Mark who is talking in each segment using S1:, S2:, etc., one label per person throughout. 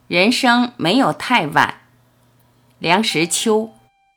S1: 人生没有太晚。梁实秋。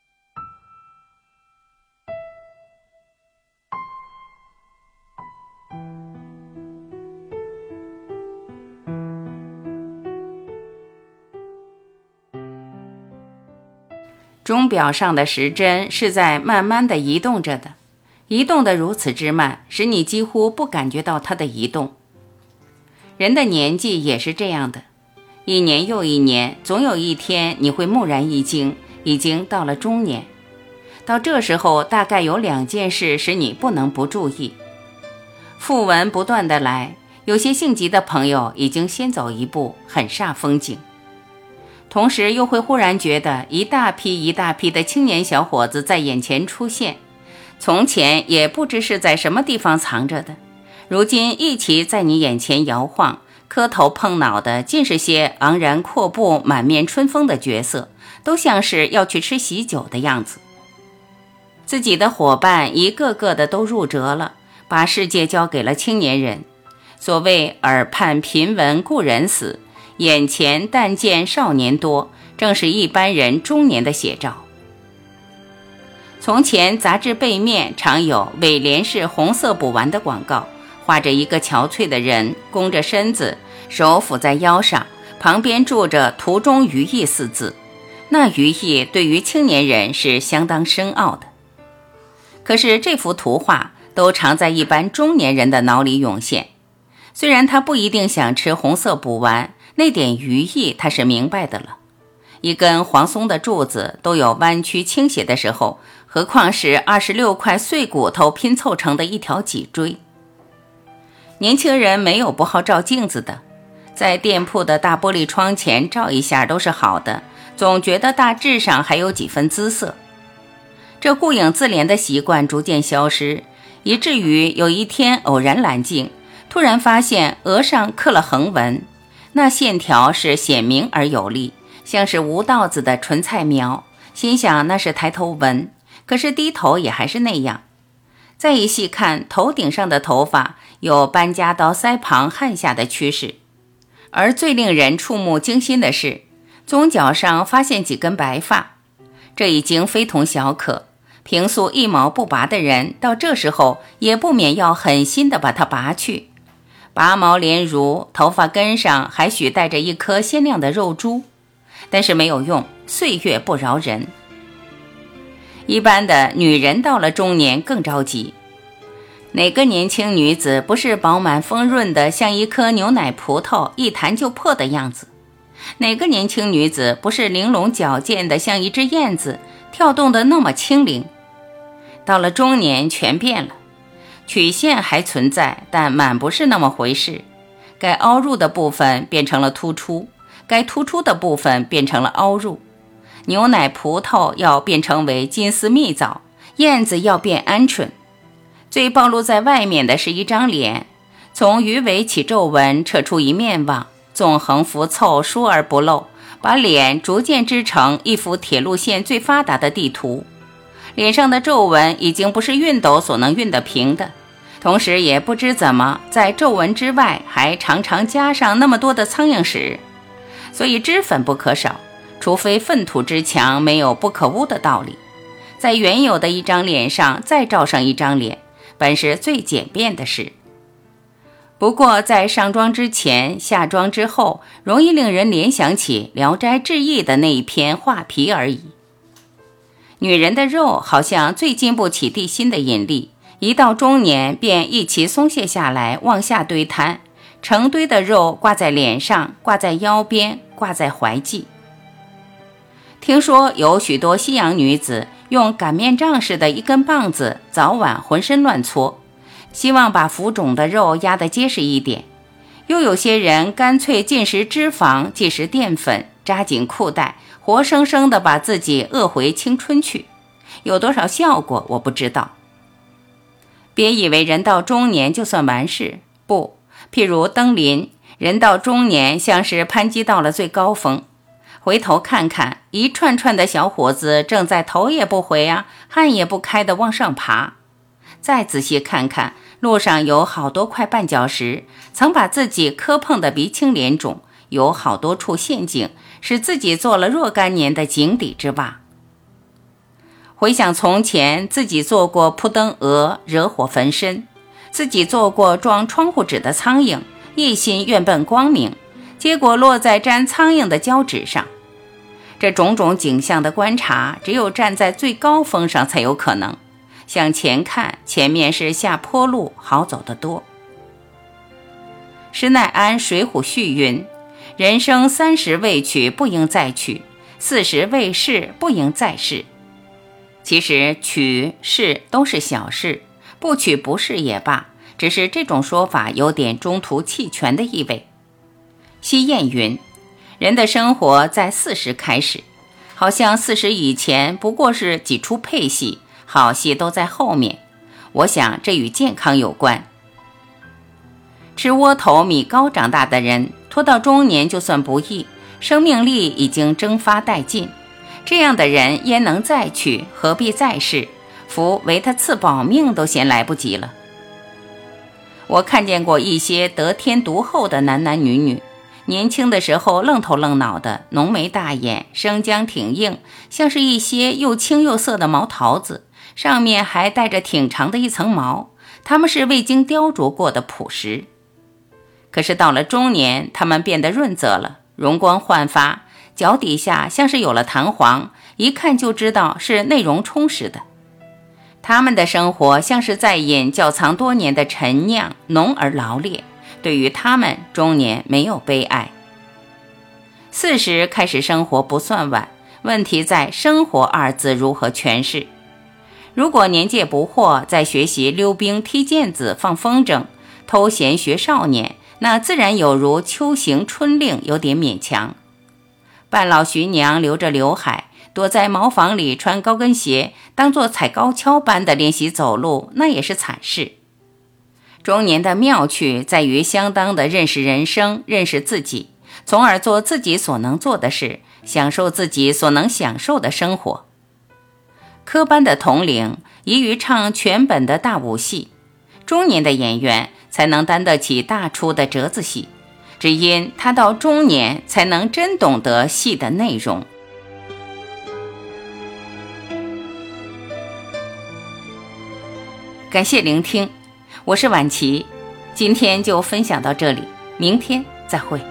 S1: 钟表上的时针是在慢慢地移动着的，移动得如此之慢，使你几乎不感觉到它的移动。人的年纪也是这样的，一年又一年，总有一天你会蓦然一惊，已经到了中年。到这时候，大概有2件事使你不能不注意。讣文不断地来，有些性急的朋友已经先走一步，很煞风景。同时又会忽然觉得一大批一大批的青年小伙子在眼前出现，从前也不知是在什么地方藏着的，如今一起在你眼前摇晃，磕头碰脑的尽是些昂然阔步满面春风的角色，都像是要去吃喜酒的样子。自己的伙伴一个个的都入辙了，把世界交给了青年人。所谓耳畔频闻故人死，眼前但见少年多，正是一般人中年的写照。从前杂志背面常有尾联式红色补丸的广告，画着一个憔悴的人，弓着身子，手抚在腰上，旁边注着途中余意4字。那余意对于青年人是相当深奥的。可是这幅图画都常在一般中年人的脑里涌现。虽然他不一定想吃红色补丸，那点余意他是明白的了。一根黄松的柱子都有弯曲倾斜的时候，何况是26块碎骨头拼凑成的一条脊椎。年轻人没有不好照镜子的，在店铺的大玻璃窗前照一下都是好的，总觉得大致上还有几分姿色。这顾影自怜的习惯逐渐消失，以至于有一天偶然揽镜，突然发现额上刻了横纹，那线条是显明而有力，像是无道子的纯菜苗，心想那是抬头纹，可是低头也还是那样。再一细看，头顶上的头发有搬家到腮旁汗下的趋势，而最令人触目惊心的是，宗角上发现几根白发，这已经非同小可，平素一毛不拔的人，到这时候也不免要狠心地把它拔去。拔毛连如，头发根上还许带着一颗鲜亮的肉珠，但是没有用，岁月不饶人。一般的女人到了中年更着急，哪个年轻女子不是饱满丰润的像一颗牛奶葡萄，一弹就破的样子？哪个年轻女子不是玲珑矫健的像一只燕子，跳动的那么轻灵？到了中年全变了，曲线还存在，但满不是那么回事。该凹入的部分变成了突出，该突出的部分变成了凹入。牛奶葡萄要变成为金丝蜜枣，燕子要变鹌鹑。最暴露在外面的是一张脸，从鱼尾起皱纹，扯出一面网，纵横浮凑，疏而不漏，把脸逐渐织成一幅铁路线最发达的地图。脸上的皱纹已经不是熨斗所能熨得平的，同时也不知怎么在皱纹之外还常常加上那么多的苍蝇屎，所以脂粉不可少，除非粪土之墙没有不可污的道理。在原有的一张脸上再罩上一张脸，本是最简便的事。不过在上妆之前下妆之后，容易令人联想起《聊斋志异》的那一篇画皮而已。女人的肉好像最经不起地心的引力，一到中年便一齐松懈下来，往下堆摊，成堆的肉挂在脸上，挂在腰边，挂在怀际。听说有许多西洋女子用擀面杖似的一根棒子，早晚浑身乱搓，希望把浮肿的肉压得结实一点。又有些人干脆禁食脂肪，忌食淀粉，扎紧裤带，活生生地把自己饿回青春去。有多少效果我不知道。别以为人到中年就算完事，不，譬如登临，人到中年像是攀击到了最高峰，回头看看，一串串的小伙子正在头也不回啊，汗也不开地往上爬。再仔细看看，路上有好多块绊脚石，曾把自己磕碰得鼻青脸肿， 有好多处陷阱，使自己做了若干年的井底之蛙。回想从前，自己做过扑灯蛾，惹火焚身，自己做过装窗户纸的苍蝇，一心愿奔光明，结果落在粘苍蝇的胶纸上。这种种景象的观察，只有站在最高峰上才有可能。向前看，前面是下坡路，好走得多。施耐庵《水浒序》云：人生30未去，不应再去；40未试，不应再试。其实取试都是小事，不取不试也罢，只是这种说法有点中途弃权的意味。西谚云：人的生活在40开始，好像40以前不过是几出配戏，好戏都在后面。我想这与健康有关。吃窝头米糕长大的人，拖到中年就算不易，生命力已经蒸发殆尽。这样的人焉能再去，何必再试？夫为他赐保命都嫌来不及了。我看见过一些得天独厚的男男女女，年轻的时候愣头愣脑的，浓眉大眼，生姜挺硬，像是一些又青又涩的毛桃子，上面还带着挺长的一层毛，他们是未经雕琢过的朴实。可是到了中年，他们变得润泽了，容光焕发，脚底下像是有了弹簧，一看就知道是内容充实的。他们的生活像是在饮窖藏多年的陈酿，浓而劳烈。对于他们，中年没有悲哀。40开始生活不算晚，问题在生活二字如何诠释。如果年届不惑，在学习溜冰、踢毽子、放风筝，偷闲学少年，那自然有如秋行春令，有点勉强。半老徐娘留着刘海，躲在茅房里穿高跟鞋，当作踩高跷般的练习走路，那也是惨事。中年的妙趣在于相当的认识人生，认识自己，从而做自己所能做的事，享受自己所能享受的生活。科班的统领宜于唱全本的大武戏，中年的演员才能担得起大出的折子戏，只因他到中年才能真懂得戏的内容。感谢聆听，我是婉琪，今天就分享到这里，明天再会。